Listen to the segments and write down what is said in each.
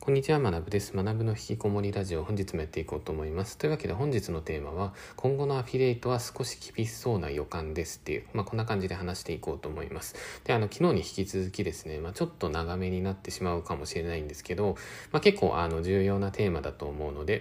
こんにちは、学部です。学部の引きこもりラジオ、本日もやっていこうと思います。というわけで本日のテーマは、今後のアフィリエイトは少し厳しそうな予感ですっていう、こんな感じで話していこうと思います。で、昨日に引き続きですね、ちょっと長めになってしまうかもしれないんですけど、結構重要なテーマだと思うので、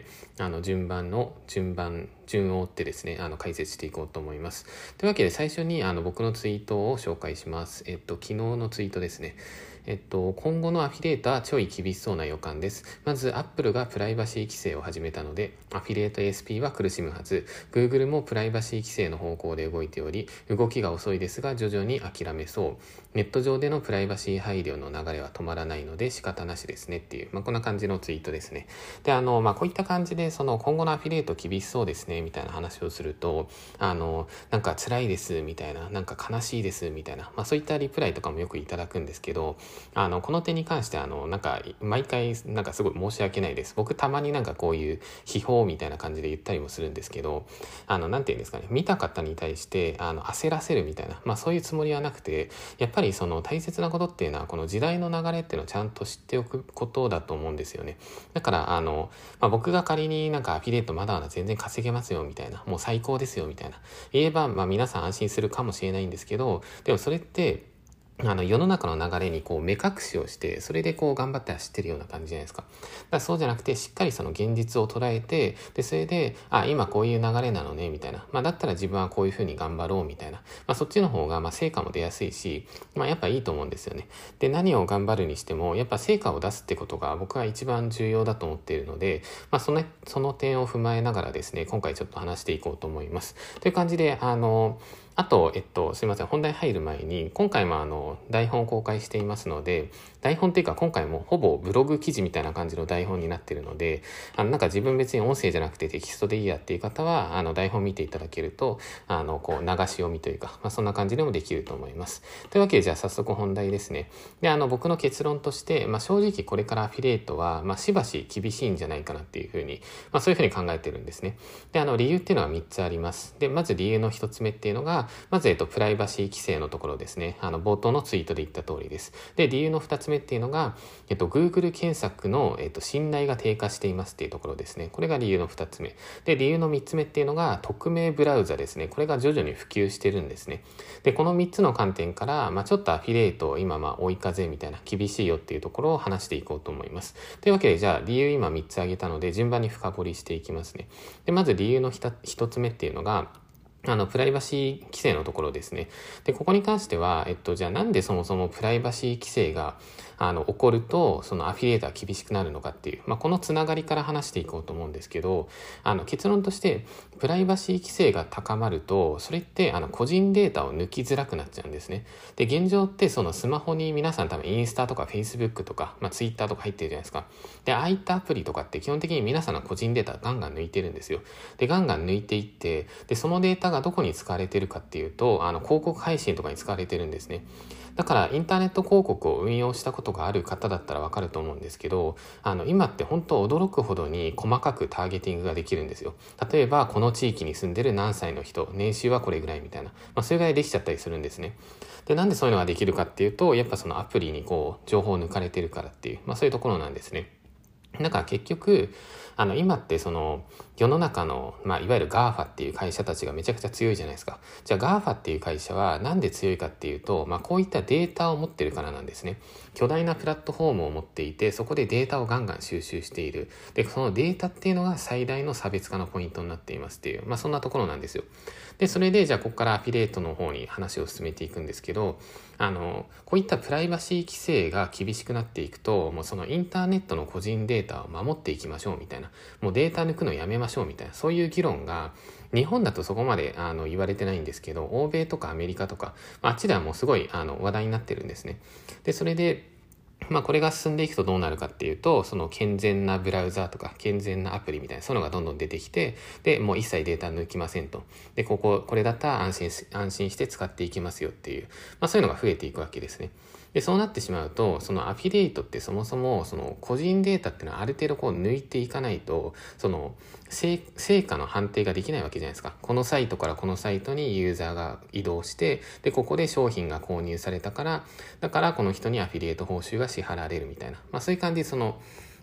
順を追ってですね、解説していこうと思います。というわけで最初に僕のツイートを紹介します。昨日のツイートですね。今後のアフィリエイトはちょい厳しそうな予感です。まず、Apple がプライバシー規制を始めたので、アフィリエイト ASP は苦しむはず。Google もプライバシー規制の方向で動いており、動きが遅いですが徐々に諦めそう。ネット上でのプライバシー配慮の流れは止まらないので仕方なしですねっていう、こんな感じのツイートですね。で、こういった感じで、今後のアフィリエイト厳しそうですね、みたいな話をすると、なんか辛いです、みたいな、なんか悲しいです、みたいな、そういったリプライとかもよくいただくんですけど、この点に関してなんか毎回なんかすごい申し訳ないです。僕たまになんかこういう秘宝みたいな感じで言ったりもするんですけど、なんていうんですかね、見た方に対して焦らせるみたいな、そういうつもりはなくて、やっぱりその大切なことっていうのはこの時代の流れっていうのをちゃんと知っておくことだと思うんですよね。だから僕が仮になんかアフィリエイトまだまだ全然稼げますよみたいな、もう最高ですよみたいな言えば、皆さん安心するかもしれないんですけど、でもそれって世の中の流れにこう目隠しをして、それでこう頑張って走ってるような感じじゃないですか。だからそうじゃなくて、しっかりその現実を捉えて、で、それで、今こういう流れなのね、みたいな。だったら自分はこういうふうに頑張ろう、みたいな。そっちの方が、成果も出やすいし、やっぱいいと思うんですよね。で、何を頑張るにしても、やっぱ成果を出すってことが僕は一番重要だと思っているので、その点を踏まえながらですね、今回ちょっと話していこうと思います。という感じで、あと、すいません。本題入る前に、今回も台本を公開していますので、台本っていうか今回もほぼブログ記事みたいな感じの台本になっているので、なんか自分別に音声じゃなくてテキストでいいやっていう方は、台本見ていただけると、こう流し読みというか、そんな感じでもできると思います。というわけで、じゃあ早速本題ですね。で、僕の結論として、正直これからアフィリエイトは、しばし厳しいんじゃないかなっていうふうに、そういうふうに考えてるんですね。で、理由っていうのは3つあります。で、まず理由の1つ目っていうのが、まず、プライバシー規制のところですね。冒頭のツイートで言った通りです。で、理由の2つ目っていうのが、Google 検索の、信頼が低下していますっていうところですね。これが理由の2つ目。で、理由の3つ目っていうのが、匿名ブラウザですね。これが徐々に普及してるんですね。で、この3つの観点から、ちょっとアフィリエイトを今、追い風みたいな、厳しいよっていうところを話していこうと思います。というわけで、じゃあ、理由今3つ挙げたので、順番に深掘りしていきますね。で、まず理由の1つ目っていうのが、プライバシー規制のところですね。で、ここに関しては、じゃあなんでそもそもプライバシー規制が、起こると、そのアフィリエイトは厳しくなるのかっていう、このつながりから話していこうと思うんですけど、結論として、プライバシー規制が高まると、それって、個人データを抜きづらくなっちゃうんですね。で、現状って、そのスマホに皆さん多分インスタとかフェイスブックとか、ツイッターとか入ってるじゃないですか。で、ああいったアプリとかって基本的に皆さんの個人データガンガン抜いてるんですよ。で、ガンガン抜いていって、で、そのデータがどこに使われてるかっていうと、広告配信とかに使われてるんですね。だからインターネット広告を運用したことがある方だったらわかると思うんですけど、今って本当驚くほどに細かくターゲティングができるんですよ。例えばこの地域に住んでる何歳の人、年収はこれぐらいみたいな、それぐらいできちゃったりするんですね。で、なんでそういうのができるかっていうと、やっぱそのアプリにこう情報を抜かれてるからっていう、そういうところなんですね。だから結局、今ってその世の中の、いわゆる GAFA っていう会社たちがめちゃくちゃ強いじゃないですか。じゃあ GAFA っていう会社はなんで強いかっていうと、こういったデータを持ってるからなんですね。巨大なプラットフォームを持っていて、そこでデータをガンガン収集している。で、そのデータっていうのが最大の差別化のポイントになっていますっていう、そんなところなんですよ。で、それでじゃあここからアフィリエイトの方に話を進めていくんですけど、こういったプライバシー規制が厳しくなっていくと、もうそのインターネットの個人データを守っていきましょうみたいな、もうデータ抜くのやめましょうみたいな、そういう議論が日本だとそこまで言われてないんですけど、欧米とかアメリカとか、あっちではもうすごい話題になってるんですね。で、それでこれが進んでいくとどうなるかっていうと、その健全なブラウザーとか健全なアプリみたいな、そういうのがどんどん出てきて、で、もう一切データ抜きませんと。で、これだったら安心して使っていきますよっていう、そういうのが増えていくわけですね。で、そうなってしまうと、そのアフィリエイトってそもそも、その個人データっていうのはある程度こう抜いていかないと、その成果の判定ができないわけじゃないですか。このサイトからこのサイトにユーザーが移動して、で、ここで商品が購入されたから、だからこの人にアフィリエイト報酬が支払われるみたいな、そういう感じでその、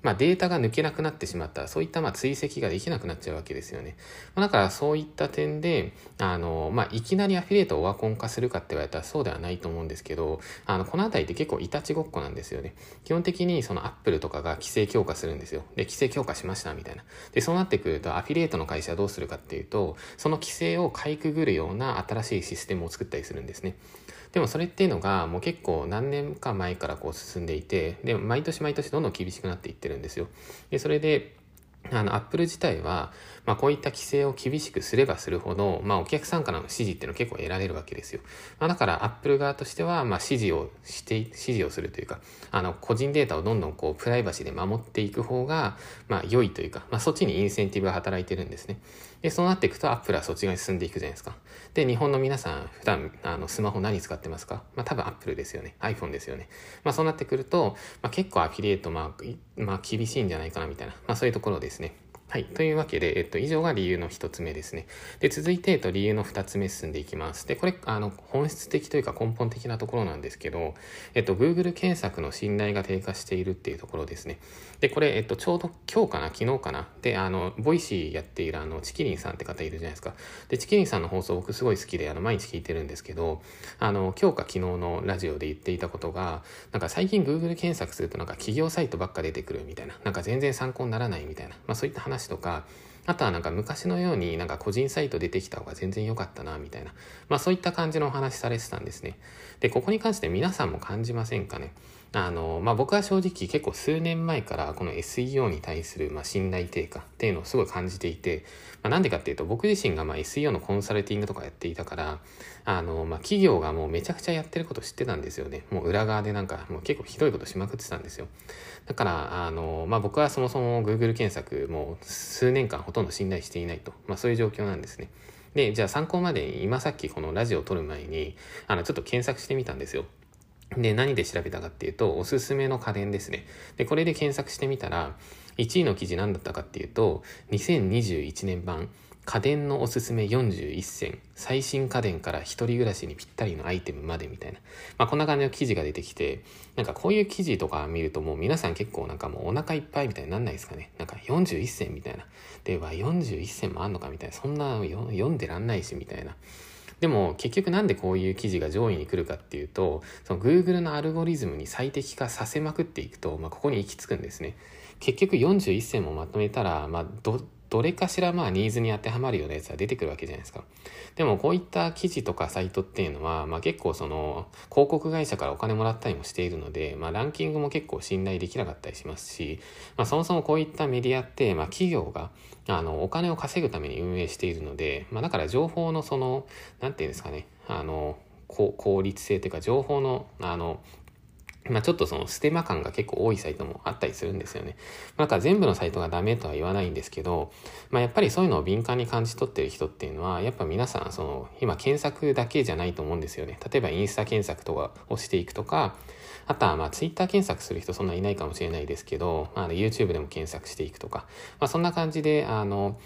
データが抜けなくなってしまった、そういった追跡ができなくなっちゃうわけですよね。だからそういった点で、いきなりアフィリエイトをオワコン化するかって言われたらそうではないと思うんですけど、このあたりって結構いたちごっこなんですよね。基本的にそのアップルとかが規制強化するんですよ。で、規制強化しましたみたいな。で、そうなってくるとアフィリエイトの会社はどうするかっていうと、その規制をかいくぐるような新しいシステムを作ったりするんですね。でもそれっていうのがもう結構何年か前から進んでいて、で毎年毎年どんどん厳しくなっていってるんですよ。でそれでアップル自体は、こういった規制を厳しくすればするほど、お客さんからの支持っていうのは結構得られるわけですよ。だからアップル側としては、支持をするというか、個人データをどんどんプライバシーで守っていく方が、良いというか、そっちにインセンティブが働いてるんですね。で、そうなっていくとアップルはそっち側に進んでいくじゃないですか。で、日本の皆さん、普段、スマホ何使ってますか？多分アップルですよね。iPhone ですよね。そうなってくると、結構アフィリエイト、厳しいんじゃないかなみたいな、そういうところですね。はい。というわけで、以上が理由の一つ目ですね。で、続いて、理由の二つ目進んでいきます。で、これ、本質的というか根本的なところなんですけど、Google 検索の信頼が低下しているっていうところですね。で、これ、ちょうど今日かな、昨日かな。で、ボイシーやっている、チキリンさんって方いるじゃないですか。で、チキリンさんの放送僕すごい好きで、毎日聞いてるんですけど、今日か昨日のラジオで言っていたことが、最近 Google 検索すると企業サイトばっか出てくるみたいな。全然参考にならないみたいな。そういった話とか、あとは昔のように個人サイト出てきた方が全然良かったなみたいな、そういった感じのお話されてたんですね。で、ここに関して皆さんも感じませんかね。僕は正直結構数年前からこの SEO に対する信頼低下っていうのをすごい感じていて、なんでかっていうと僕自身がSEO のコンサルティングとかやっていたから、企業がもうめちゃくちゃやってること知ってたんですよね。もう裏側でもう結構ひどいことしまくってたんですよ。だから僕はそもそも Google 検索もう数年間ほとんど信頼していないと、そういう状況なんですね。で、じゃあ参考までに今さっきこのラジオを撮る前にちょっと検索してみたんですよ。で、何で調べたかっていうと、おすすめの家電ですね。で、これで検索してみたら、1位の記事何だったかっていうと、2021年版、家電のおすすめ41選、最新家電から一人暮らしにぴったりのアイテムまでみたいな。こんな感じの記事が出てきて、こういう記事とか見るともう皆さん結構もうお腹いっぱいみたいになんないですかね。41選みたいな。で、41選もあんのかみたいな。そんな読んでらんないしみたいな。でも結局なんでこういう記事が上位に来るかっていうと、その Google のアルゴリズムに最適化させまくっていくと、ここに行き着くんですね。結局41選もまとめたら、どれかしらニーズに当てはまるようなやつは出てくるわけじゃないですか。でもこういった記事とかサイトっていうのは、結構その広告会社からお金もらったりもしているので、ランキングも結構信頼できなかったりしますし、そもそもこういったメディアって、企業がお金を稼ぐために運営しているので、だから情報のなんていうんですかね、効率性というか情報のちょっとステマ感が結構多いサイトもあったりするんですよね。だから全部のサイトがダメとは言わないんですけど、やっぱりそういうのを敏感に感じ取ってる人っていうのは、やっぱ皆さん今検索だけじゃないと思うんですよね。例えばインスタ検索とかをしていくとか、あとはツイッター検索する人そんないないかもしれないですけど、YouTube でも検索していくとか、そんな感じで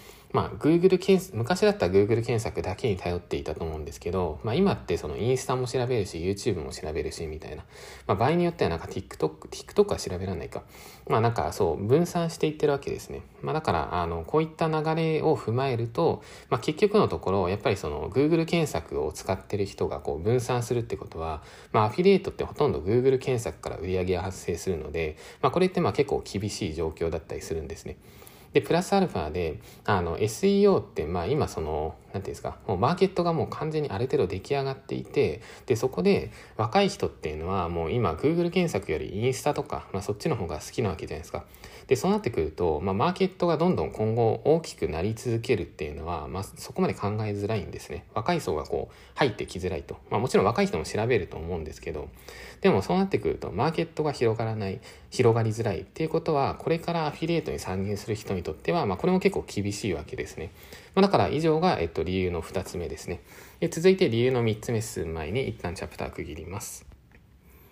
Google 昔だったら Google 検索だけに頼っていたと思うんですけど、今ってインスタも調べるし YouTube も調べるしみたいな、場合によってはTikTok は調べられないか、分散していってるわけですね。だからこういった流れを踏まえると、結局のところやっぱりGoogle 検索を使ってる人が分散するってことは、アフィリエイトってほとんど Google 検索から売り上げが発生するので、これって結構厳しい状況だったりするんですね。で、プラスアルファで、SEO って、今なんていうんですか、もうマーケットがもう完全にある程度出来上がっていて、で、そこで若い人っていうのはもう今 Google 検索よりインスタとか、そっちの方が好きなわけじゃないですか。で、そうなってくると、マーケットがどんどん今後大きくなり続けるっていうのは、そこまで考えづらいんですね。若い層が入ってきづらいと。もちろん若い人も調べると思うんですけど、でもそうなってくると、マーケットが広がりづらいっていうことは、これからアフィリエイトに参入する人にとっては、これも結構厳しいわけですね。だから以上が、理由の2つ目ですね。続いて理由の3つ目進む前に一旦チャプター区切ります。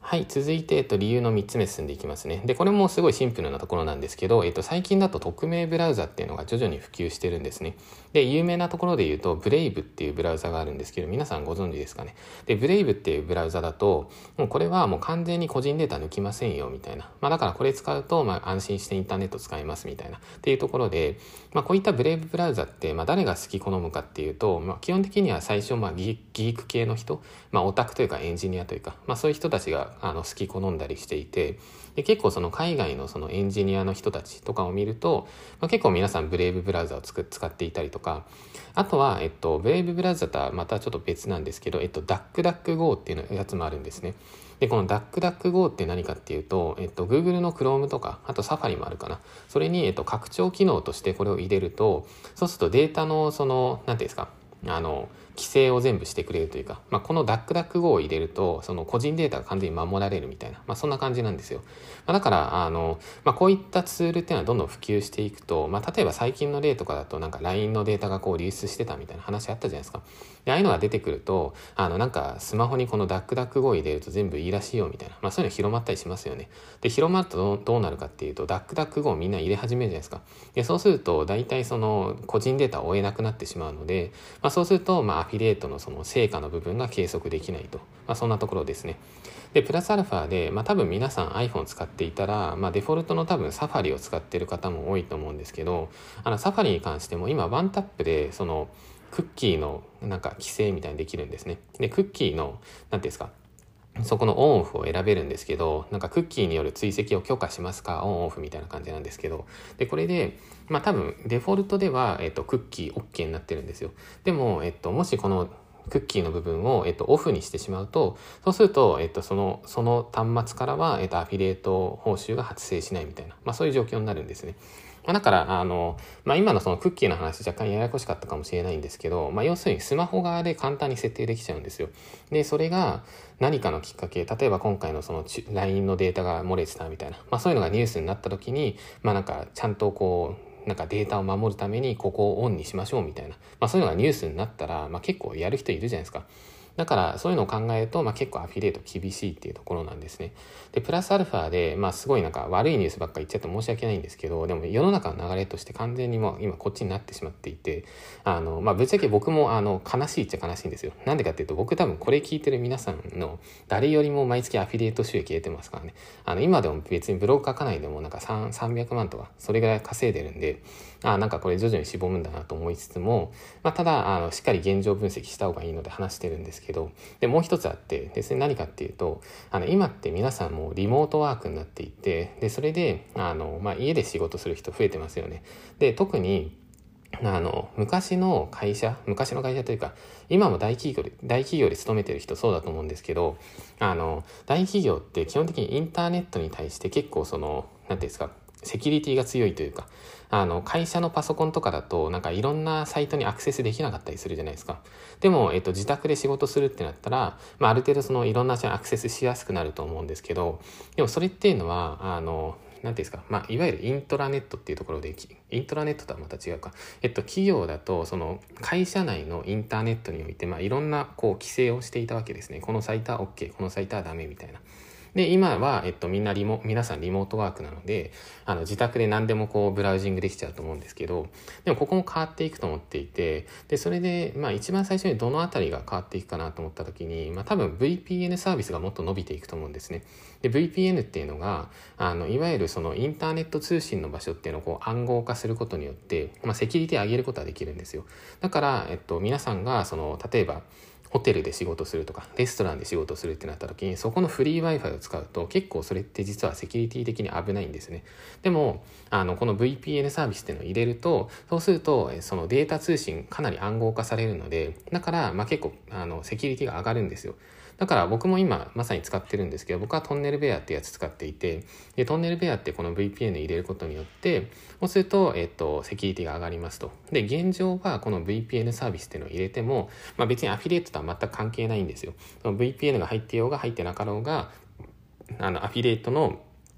はい。続いて、理由の3つ目進んでいきますね。で、これもすごいシンプルなところなんですけど、最近だと匿名ブラウザっていうのが徐々に普及してるんですね。で、有名なところで言うと、ブレイブっていうブラウザがあるんですけど、皆さんご存知ですかね。で、ブレイブっていうブラウザだと、もうこれはもう完全に個人データ抜きませんよ、みたいな。だからこれ使うと、安心してインターネット使えます、みたいな。っていうところで、こういったブレイブブラウザって、誰が好き好むかっていうと、基本的には最初、ギーク系の人、オタクというかエンジニアというか、そういう人たちが好き好んだりしていて、で結構その海外のそのエンジニアの人たちとかを見ると、結構皆さんブレイブブラウザを使っていたりとか、あとは、ブレイブブラウザとはまたちょっと別なんですけど、ダックダック Go っていうのやつもあるんですね。で、このダックダック Go って何かっていうと、Google の Chrome とか、あと Safari もあるかな。それに、拡張機能としてこれを入れると、そうするとデータのなんていうんですか、規制を全部してくれるというか、このダックダック Go を入れると、その個人データが完全に守られるみたいな、そんな感じなんですよ。だから、こういったツールっていうのはどんどん普及していくと、例えば最近の例とかだと、LINE のデータが流出してたみたいな話あったじゃないですか。で、ああいうのが出てくると、スマホにこのダックダック Go を入れると全部いいらしいよみたいな、そういうの広まったりしますよね。で、広まるとどうなるかっていうと、ダックダック Go をみんな入れ始めるじゃないですか。で、そうすると、大体その個人データを追えなくなってしまうので、そうすると、アフィリエイトのその成果の部分が計測できないと。そんなところですね。で、プラスアルファで、多分皆さん iPhone 使っていたら、デフォルトの多分サファリを使っている方も多いと思うんですけど、サファリに関しても今ワンタップで、その、クッキーの規制みたいにできるんですね。で、クッキーの、なんていうんですか、そこのオンオフを選べるんですけど、クッキーによる追跡を許可しますか、オンオフみたいな感じなんですけど、で、これで、多分デフォルトでは、クッキー OK になってるんですよ。でも、もしこのクッキーの部分を、オフにしてしまうと、そうすると、その端末からは、アフィリエイト報酬が発生しないみたいな、そういう状況になるんですね。だから、今のそのクッキーの話若干ややこしかったかもしれないんですけど、要するにスマホ側で簡単に設定できちゃうんですよ。で、それが何かのきっかけ、例えば今回のその LINE のデータが漏れてたみたいな、そういうのがニュースになった時に、ちゃんとデータを守るためにここをオンにしましょうみたいな、そういうのがニュースになったら、結構やる人いるじゃないですか。だからそういうのを考えると、結構アフィリエイト厳しいっていうところなんですね。で、プラスアルファで、すごい悪いニュースばっかり言っちゃって申し訳ないんですけど、でも世の中の流れとして完全にもう今こっちになってしまっていて、ぶっちゃけ僕も悲しいっちゃ悲しいんですよ。なんでかっていうと、僕多分これ聞いてる皆さんの誰よりも毎月アフィリエイト収益得てますからね。今でも別にブログ書かないでも300万とか、それぐらい稼いでるんで、これ徐々にしぼむんだなと思いつつも、ただ、しっかり現状分析した方がいいので話してるんですけど、で、もう一つあって、で、それ何かっていうと、今って皆さんもうリモートワークになっていて、で、それで、家で仕事する人増えてますよね。で、特に、昔の会社というか、今も大企業で勤めてる人そうだと思うんですけど、大企業って基本的にインターネットに対して結構なんていうんですか、セキュリティが強いというか、会社のパソコンとかだと、いろんなサイトにアクセスできなかったりするじゃないですか。でも、自宅で仕事するってなったら、ある程度いろんなアクセスしやすくなると思うんですけど、でもそれっていうのは、なんていうんですか、いわゆるイントラネットっていうところで、イントラネットとはまた違うか。企業だと、会社内のインターネットにおいて、いろんな、規制をしていたわけですね。このサイトは OK、このサイトはダメみたいな。で、今は、皆さんリモートワークなので、自宅で何でもブラウジングできちゃうと思うんですけど、でもここも変わっていくと思っていて、で、それで、一番最初にどのあたりが変わっていくかなと思った時に、多分 VPN サービスがもっと伸びていくと思うんですね。で、VPN っていうのが、いわゆるインターネット通信の場所っていうのを暗号化することによって、セキュリティを上げることができるんですよ。だから、皆さんが、例えば、ホテルで仕事するとか、レストランで仕事するってなった時に、そこのフリー Wi-Fi を使うと、結構それって実はセキュリティ的に危ないんですね。でも、この VPN サービスっていうのを入れると、そうすると、そのデータ通信かなり暗号化されるので、だから、結構、セキュリティが上がるんですよ。だから僕も今まさに使ってるんですけど、僕はトンネルベアってやつ使っていて、でトンネルベアってこの VPN 入れることによって、そうすると、セキュリティが上がりますと。で、現状はこの VPN サービスっていうのを入れても、別にアフィリエイトとは全く関係ないんですよ。その VPN が入ってようが入ってなかろうが、アフィリエイトの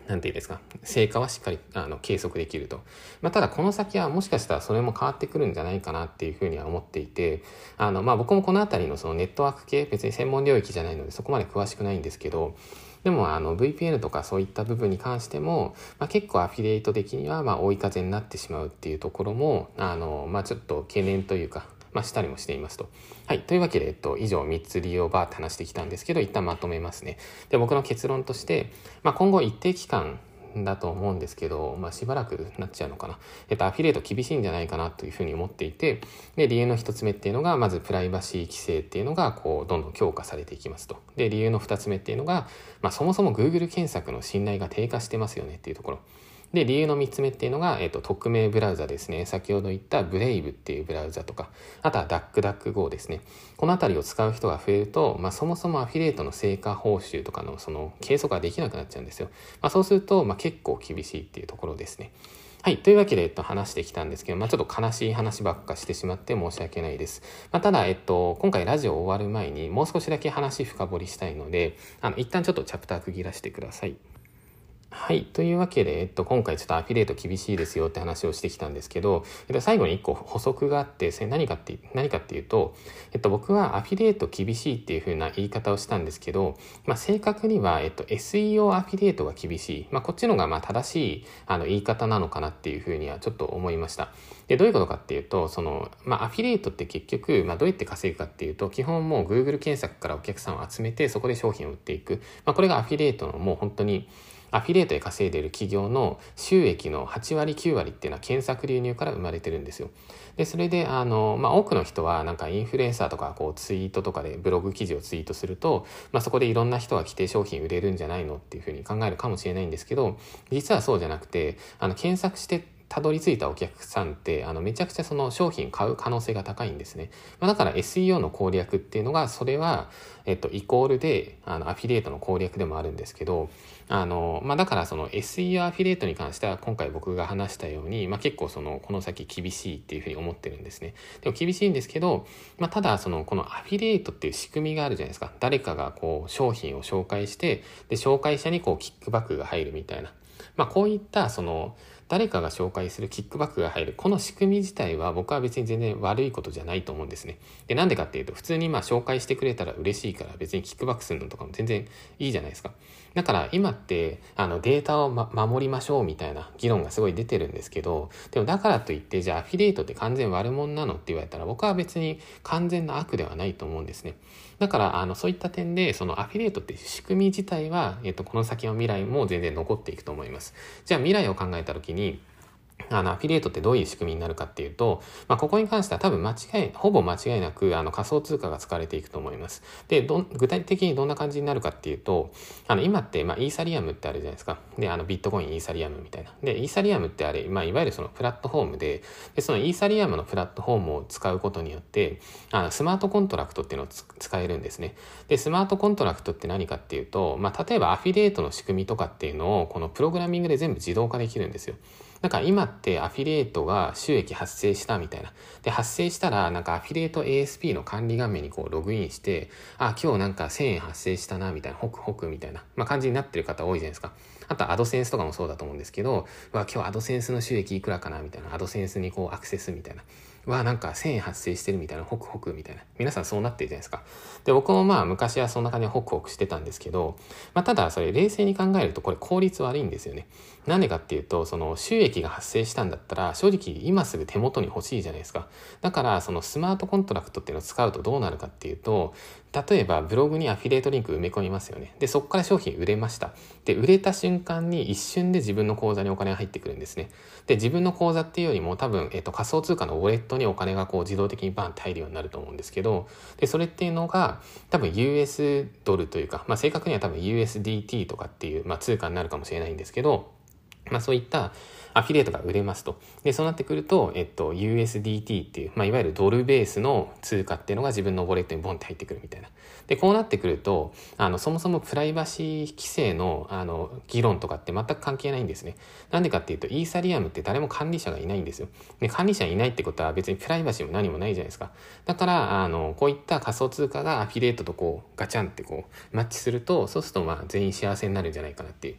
なんていうんですか、成果はしっかり計測できると。ただこの先はもしかしたらそれも変わってくるんじゃないかなっていうふうには思っていて、僕もこのあたりのそのネットワーク系、別に専門領域じゃないのでそこまで詳しくないんですけど、でもVPN とかそういった部分に関しても、結構アフィリエイト的には追い風になってしまうっていうところもちょっと懸念というか、したりもしていますと。はい。というわけで、以上3つ理由をバーって話してきたんですけど、一旦まとめますね。で、僕の結論として、今後一定期間だと思うんですけど、しばらくなっちゃうのかな。アフィリエイト厳しいんじゃないかなというふうに思っていて、で、理由の一つ目っていうのが、まずプライバシー規制っていうのが、どんどん強化されていきますと。で、理由の二つ目っていうのが、そもそも Google 検索の信頼が低下してますよねっていうところ。で、理由の3つ目っていうのが、匿名ブラウザですね。先ほど言ったブレイブっていうブラウザとか、あとはダックダック GO ですね。このあたりを使う人が増えると、そもそもアフィリエイトの成果報酬とかのその計測ができなくなっちゃうんですよ。そうすると、結構厳しいっていうところですね。はい。というわけで、話してきたんですけど、ちょっと悲しい話ばっかしてしまって申し訳ないです。ただ、今回ラジオ終わる前にもう少しだけ話深掘りしたいので、一旦ちょっとチャプター区切らせてください。はい。というわけで、今回ちょっとアフィリエイト厳しいですよって話をしてきたんですけど、最後に一個補足があって、それ何かっていうと、僕はアフィリエイト厳しいっていう風な言い方をしたんですけど、正確には、SEO アフィリエイトが厳しい。こっちのが正しい、言い方なのかなっていう風にはちょっと思いました。で、どういうことかっていうと、アフィリエイトって結局、どうやって稼ぐかっていうと、基本もう Google 検索からお客さんを集めて、そこで商品を売っていく。これがアフィリエイトのもう本当に、アフィリエイトで稼いでいる企業の収益の8割9割っていうのは検索流入から生まれてるんですよ。で、それで多くの人はなんかインフルエンサーとかツイートとかでブログ記事をツイートすると、そこでいろんな人が来て商品売れるんじゃないのっていうふうに考えるかもしれないんですけど、実はそうじゃなくて、検索してたどり着いたお客さんってめちゃくちゃその商品買う可能性が高いんですね。だから SEO の攻略っていうのが、それはイコールでアフィリエイトの攻略でもあるんですけど、だからその SEO アフィリエイトに関しては今回僕が話したように、結構この先厳しいっていうふうに思ってるんですね。でも厳しいんですけど、ただこのアフィリエイトっていう仕組みがあるじゃないですか。誰かが商品を紹介して、で紹介者にキックバックが入るみたいな。こういった誰かが紹介するキックバックが入るこの仕組み自体は僕は別に全然悪いことじゃないと思うんですね。で、なんでかっていうと、普通に紹介してくれたら嬉しいから別にキックバックするのとかも全然いいじゃないですか。だから今ってデータを、守りましょうみたいな議論がすごい出てるんですけど、でもだからといってじゃあアフィリエイトって完全悪者なのって言われたら、僕は別に完全な悪ではないと思うんですね。だからそういった点でそのアフィリエイトって仕組み自体は、この先の未来も全然残っていくと思います。じゃあ未来を考えた時にアフィリエイトってどういう仕組みになるかっていうと、ここに関しては多分ほぼ間違いなく仮想通貨が使われていくと思います。で、具体的にどんな感じになるかっていうと、今ってイーサリアムってあるじゃないですか。で、ビットコインイーサリアムみたいな。で、イーサリアムってあれ、いわゆるそのプラットフォームで、そのイーサリアムのプラットフォームを使うことによって、スマートコントラクトっていうのを使えるんですね。で、スマートコントラクトって何かっていうと、例えばアフィリエイトの仕組みとかっていうのをこのプログラミングで全部自動化できるんですよ。なんか今ってアフィリエイトが収益発生したみたいな。で、発生したらなんかアフィリエイト ASP の管理画面にログインして、今日なんか1000円発生したなみたいな、ホクホクみたいな、感じになってる方多いじゃないですか。あとアドセンスとかもそうだと思うんですけど、今日アドセンスの収益いくらかなみたいな、アドセンスにアクセスみたいな。なんか1000円発生してるみたいな、ホクホクみたいな。皆さんそうなってるじゃないですか。で、僕も昔はそんな感じでホクホクしてたんですけど、ただそれ冷静に考えるとこれ効率悪いんですよね。なんでかっていうと、その収益が発生したんだったら、正直今すぐ手元に欲しいじゃないですか。だから、そのスマートコントラクトっていうのを使うとどうなるかっていうと、例えばブログにアフィリエイトリンク埋め込みますよね。で、そこから商品売れました。で、売れた瞬間に一瞬で自分の口座にお金が入ってくるんですね。で、自分の口座っていうよりも多分、仮想通貨のウォレットにお金が自動的にバンって入るようになると思うんですけど、で、それっていうのが多分 US ドルというか、正確には多分 USDT とかっていう、通貨になるかもしれないんですけど、そういったアフィリエイトが売れますと。で、そうなってくると、USDT っていう、いわゆるドルベースの通貨っていうのが自分のウォレットにボンって入ってくるみたいな。で、こうなってくると、そもそもプライバシー規制の、議論とかって全く関係ないんですね。なんでかっていうと、イーサリアムって誰も管理者がいないんですよ。で、管理者いないってことは別にプライバシーも何もないじゃないですか。だから、こういった仮想通貨がアフィリエイトとガチャンってマッチすると、そうすると全員幸せになるんじゃないかなっていう。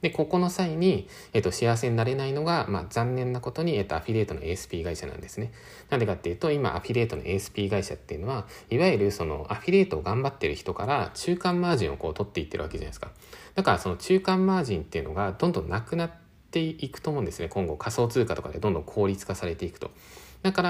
で、ここの際に、幸せになれないのが、残念なことに、アフィリエイトの ASP 会社なんですね。なんでかっていうと、今、アフィリエイトの ASP 会社っていうのは、いわゆるそのアフィリエイトを頑張ってる人から中間マージンをこう取っていってるわけじゃないですか。だからその中間マージンっていうのがどんどんなくなっていくと思うんですね。今後仮想通貨とかでどんどん効率化されていくと。だから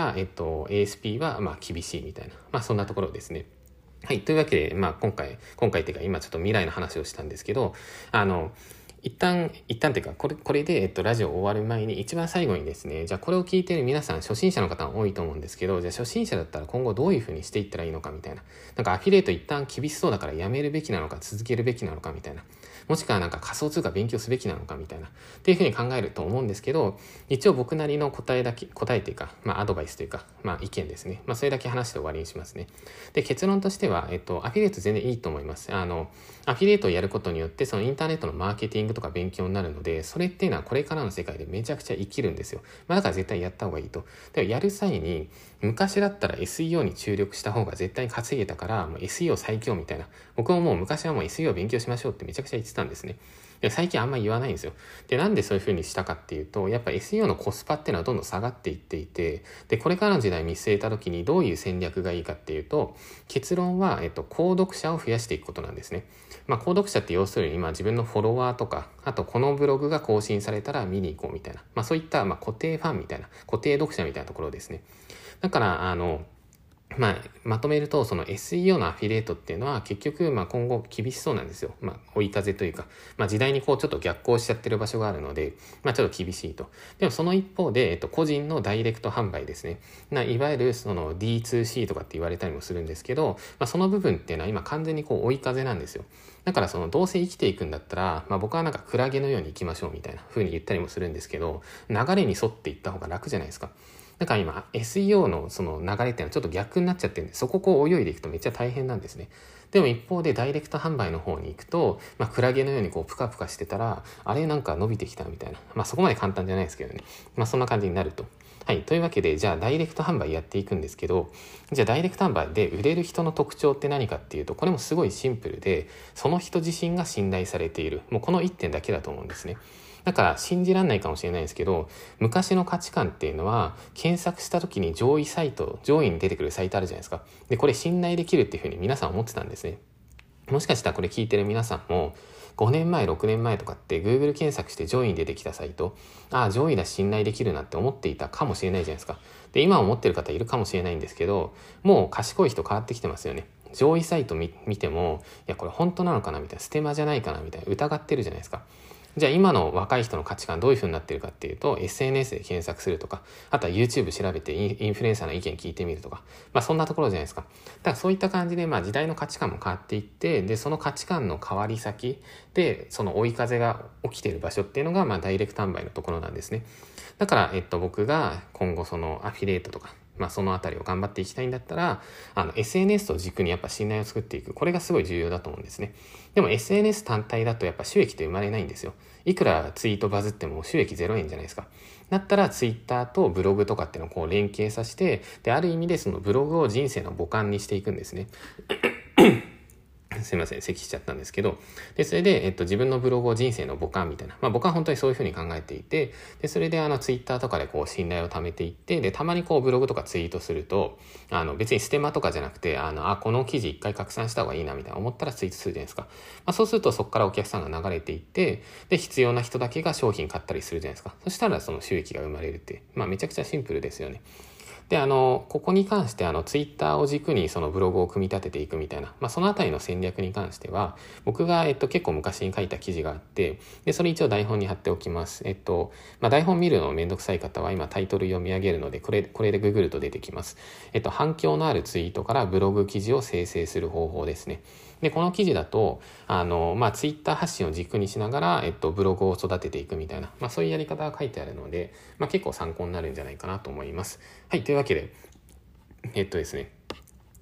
、ASP は厳しいみたいな、そんなところですね。はい。というわけで、今回っていうか、今ちょっと未来の話をしたんですけど、一旦っていうか、これで、ラジオ終わる前に、一番最後にですね、じゃあこれを聞いている皆さん、初心者の方多いと思うんですけど、じゃあ初心者だったら今後どういうふうにしていったらいいのかみたいな。なんかアフィリエイト一旦厳しそうだからやめるべきなのか、続けるべきなのかみたいな。もしくはなんか仮想通貨勉強すべきなのかみたいな。っていうふうに考えると思うんですけど、一応僕なりの答えというか、アドバイスというか、意見ですね。それだけ話して終わりにしますね。で、結論としては、アフィリエイト全然いいと思います。アフィリエイトをやることによって、そのインターネットのマーケティングとか勉強になるので、それっていうのはこれからの世界でめちゃくちゃ生きるんですよ。だから絶対やった方がいいと。でもやる際に、昔だったら SEO に注力した方が絶対に稼げたから、もう SEO 最強みたいな。僕ももう昔はもう SEO 勉強しましょうってめちゃくちゃ言ってたんですね。で最近あんまり言わないんですよ。で、なんでそういう風にしたかっていうと、やっぱ SEO のコスパっていうのはどんどん下がっていっていて、で、これからの時代見据えた時にどういう戦略がいいかっていうと、結論は、購読者を増やしていくことなんですね。購読者って要するに今自分のフォロワーとか、あとこのブログが更新されたら見に行こうみたいな、そういった固定ファンみたいな、固定読者みたいなところですね。だから、まとめると、その SEO のアフィリエイトっていうのは結局、今後厳しそうなんですよ。追い風というか、時代にこうちょっと逆行しちゃってる場所があるので、ちょっと厳しいと。でもその一方で、個人のダイレクト販売ですね。いわゆるその D2C とかって言われたりもするんですけど、その部分っていうのは今完全にこう追い風なんですよ。だからそのどうせ生きていくんだったら、僕はなんかクラゲのように生きましょうみたいな風に言ったりもするんですけど、流れに沿っていった方が楽じゃないですか。だから今 SEO のその流れっていうのはちょっと逆になっちゃってるんで、そこをこう泳いでいくとめっちゃ大変なんですね。でも一方でダイレクト販売の方に行くと、クラゲのようにこうプカプカしてたら、あれなんか伸びてきたみたいな。そこまで簡単じゃないですけどね。そんな感じになると。はい。というわけで、じゃあダイレクト販売やっていくんですけど、じゃあダイレクト販売で売れる人の特徴って何かっていうと、これもすごいシンプルで、その人自身が信頼されている。もうこの一点だけだと思うんですね。だから信じられないかもしれないですけど、昔の価値観っていうのは検索した時に上位に出てくるサイトあるじゃないですか。で、これ信頼できるっていうふうに皆さん思ってたんですね。もしかしたらこれ聞いてる皆さんも5年前、6年前とかって Google 検索して上位に出てきたサイト、上位だし信頼できるなって思っていたかもしれないじゃないですか。で、今思ってる方いるかもしれないんですけど、もう賢い人変わってきてますよね。上位サイト見ても、いや、これ本当なのかなみたいな、ステマじゃないかなみたいな、疑ってるじゃないですか。じゃあ今の若い人の価値観どういう風になってるかっていうと、 SNS で検索するとか、あとは YouTube 調べてインフルエンサーの意見聞いてみるとか、そんなところじゃないですか。だからそういった感じで、時代の価値観も変わっていって、でその価値観の変わり先でその追い風が起きている場所っていうのが、ダイレクト販売のところなんですね。だから、僕が今後そのアフィリエイトとか、そのあたりを頑張っていきたいんだったら、SNS と軸にやっぱ信頼を作っていく。これがすごい重要だと思うんですね。でも SNS 単体だとやっぱ収益って生まれないんですよ。いくらツイートバズっても収益0円じゃないですか。だったらツイッターとブログとかっていうのをこう連携させて、で、ある意味でそのブログを人生の母艦にしていくんですね。すいません、咳しちゃったんですけど、で、それで、自分のブログを人生の母艦みたいな、僕は本当にそういうふうに考えていて、で、それでツイッターとかでこう信頼を貯めていって、で、たまにこうブログとかツイートすると、別にステマとかじゃなくて、この記事一回拡散した方がいいなみたいな思ったらツイートするじゃないですか。そうするとそこからお客さんが流れていって、で、必要な人だけが商品買ったりするじゃないですか。そしたらその収益が生まれるって、めちゃくちゃシンプルですよね。で、ここに関して、ツイッターを軸にそのブログを組み立てていくみたいな、そのあたりの戦略に関しては、僕が、結構昔に書いた記事があって、で、それ一応台本に貼っておきます。台本見るのめんどくさい方は、今タイトル読み上げるので、これでググると出てきます。反響のあるツイートからブログ記事を生成する方法ですね。で、この記事だと、ツイッター発信を軸にしながら、ブログを育てていくみたいな、そういうやり方が書いてあるので、結構参考になるんじゃないかなと思います。はい、というわけで、ですね、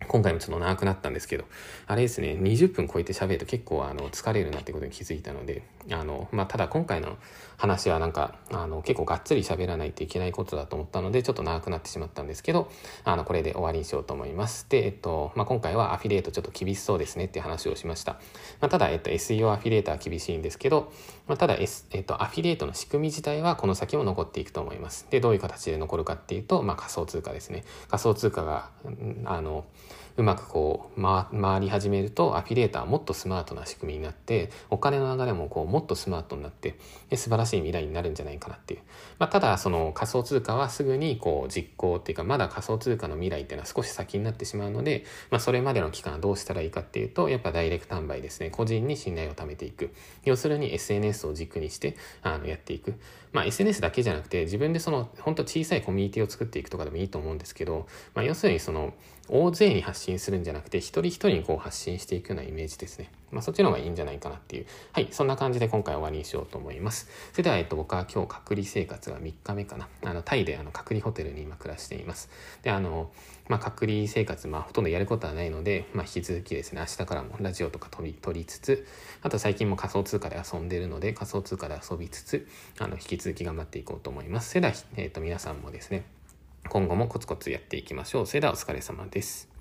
今回もちょっと長くなったんですけど、あれですね、20分超えて喋ると結構疲れるなってことに気づいたので、ただ今回の話は結構がっつり喋らないといけないことだと思ったので、ちょっと長くなってしまったんですけど、これで終わりにしようと思います。で、今回はアフィリエイトちょっと厳しそうですねっていう話をしました。ただ、SEO アフィリエイトは厳しいんですけど、ただ、アフィリエイトの仕組み自体はこの先も残っていくと思います。で、どういう形で残るかっていうと、仮想通貨ですね。仮想通貨が、うまく回り始めると、アフィリエイターはもっとスマートな仕組みになって、お金の流れももっとスマートになって、素晴らしい未来になるんじゃないかなっていう。ただ、その仮想通貨はすぐに実行っていうか、まだ仮想通貨の未来っていうのは少し先になってしまうので、それまでの期間はどうしたらいいかっていうと、やっぱダイレクト販売ですね。個人に信頼を貯めていく。要するに SNS を軸にして、やっていく。SNS だけじゃなくて、自分で本当小さいコミュニティを作っていくとかでもいいと思うんですけど、要するに大勢に発信するんじゃなくて、一人一人に発信していくようなイメージですね。そっちの方がいいんじゃないかなっていう。はい、そんな感じで今回終わりにしようと思います。それでは、僕は今日隔離生活が3日目かな。タイで隔離ホテルに今暮らしています。で、隔離生活、ほとんどやることはないので、引き続きですね、明日からもラジオとか撮りつつ、あと最近も仮想通貨で遊んでるので、仮想通貨で遊びつつ、引き続き頑張っていこうと思います。それでは、皆さんもですね、今後もコツコツやっていきましょう。それではお疲れ様です。